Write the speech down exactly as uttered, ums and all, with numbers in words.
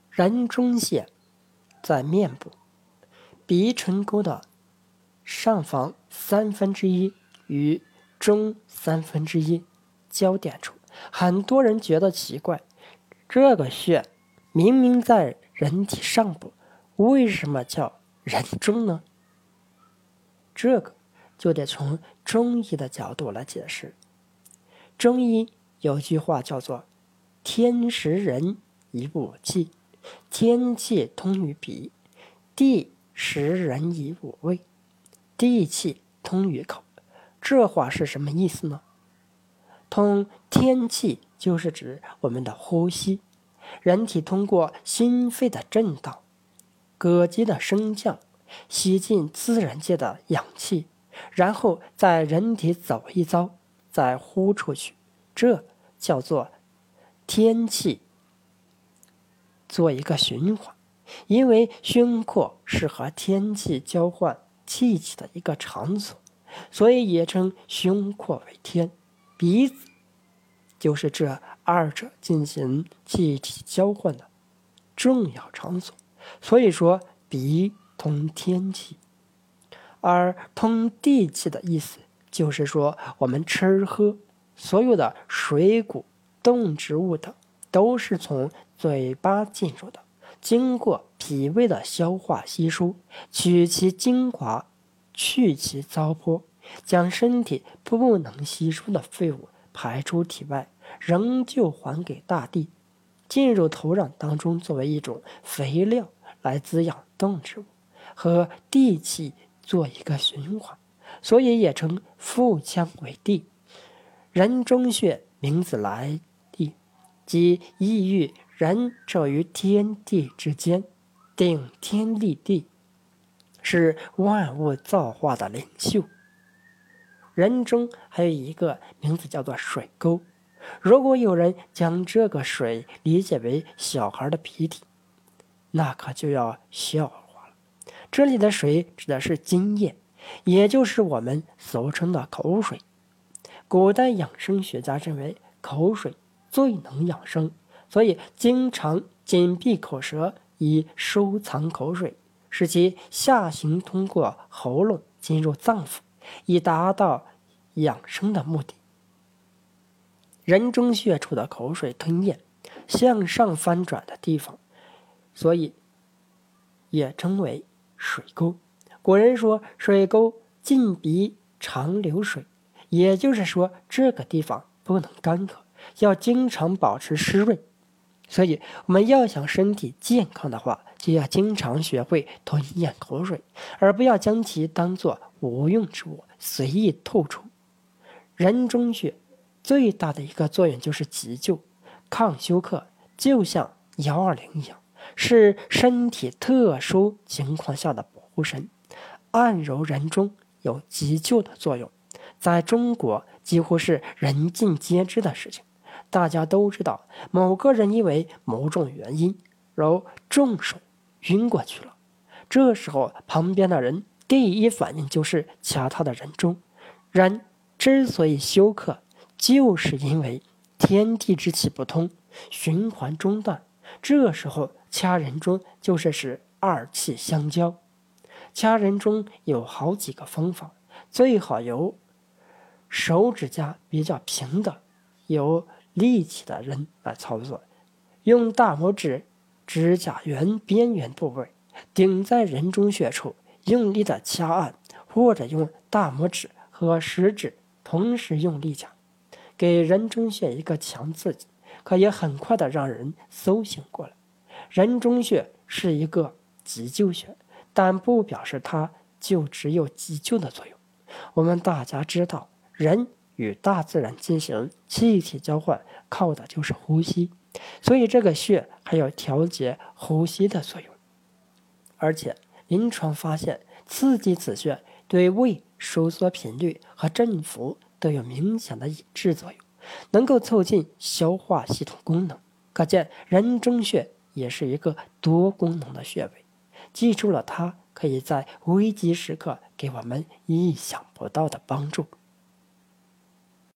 人中穴在面部鼻唇沟的上方三分之一与中三分之一交点处。很多人觉得奇怪，这个穴明明在人体上部，为什么叫人中呢？这个就得从中医的角度来解释。中医有句话叫做天时人以五气，天气通于鼻，地时人以五味，地气通于口。这话是什么意思呢？通天气就是指我们的呼吸，人体通过心肺的震荡、膈肌的升降，吸进自然界的氧气，然后在人体走一遭，再呼出去，这叫做天气做一个循环。因为胸廓是和天气交换气体的一个场所，所以也称胸廓为天。鼻子就是这二者进行气体交换的重要场所，所以说鼻通天气。而通地气的意思就是说，我们吃喝所有的水谷、动植物等都是从嘴巴进入的，经过脾胃的消化吸收，取其精华，去其糟粕，将身体不能吸收的废物排出体外，仍旧还给大地，进入土壤当中，作为一种肥料来滋养动植物，和地气做一个循环，所以也称腹腔为地。人中穴名字来历，即意喻人处于天地之间，顶天立地，是万物造化的领袖。人中还有一个名字叫做水沟，如果有人将这个水理解为小孩的鼻涕，那可就要笑话了。这里的水指的是津液，也就是我们俗称的口水。古代养生学家认为口水最能养生，所以经常紧闭口舌以收藏口水，使其下行通过喉咙进入脏腑，以达到养生的目的。人中穴处的口水吞咽向上翻转的地方，所以也称为水沟。古人说水沟进鼻常流水，也就是说这个地方不能干渴，要经常保持湿润。所以我们要想身体健康的话，就要经常学会吞咽口水，而不要将其当作无用之物随意吐出。人中穴最大的一个作用就是急救、抗休克，就像一二零一样，是身体特殊情况下的保护神。按揉人中有急救的作用，在中国几乎是人尽皆知的事情。大家都知道，某个人因为某种原因，如中暑晕过去了，这时候旁边的人第一反应就是掐他的人中。人之所以休克，就是因为天地之气不通，循环中断，这时候掐人中就是使二气相交。掐人中有好几个方法，最好由手指甲比较平的、有力气的人来操作，用大拇指指甲缘边缘部位顶在人中穴处，用力的掐按，或者用大拇指和食指同时用力夹，给人中穴一个强刺激，可以很快的让人苏醒过来。人中穴是一个急救穴，但不表示它就只有急救的作用。我们大家知道，人与大自然进行气体交换，靠的就是呼吸，所以这个穴还有调节呼吸的作用。而且临床发现，刺激此穴对胃收缩频率和振幅都有明显的抑制作用，能够促进消化系统功能。可见人中穴也是一个多功能的穴位，记住了它，可以在危急时刻给我们意想不到的帮助。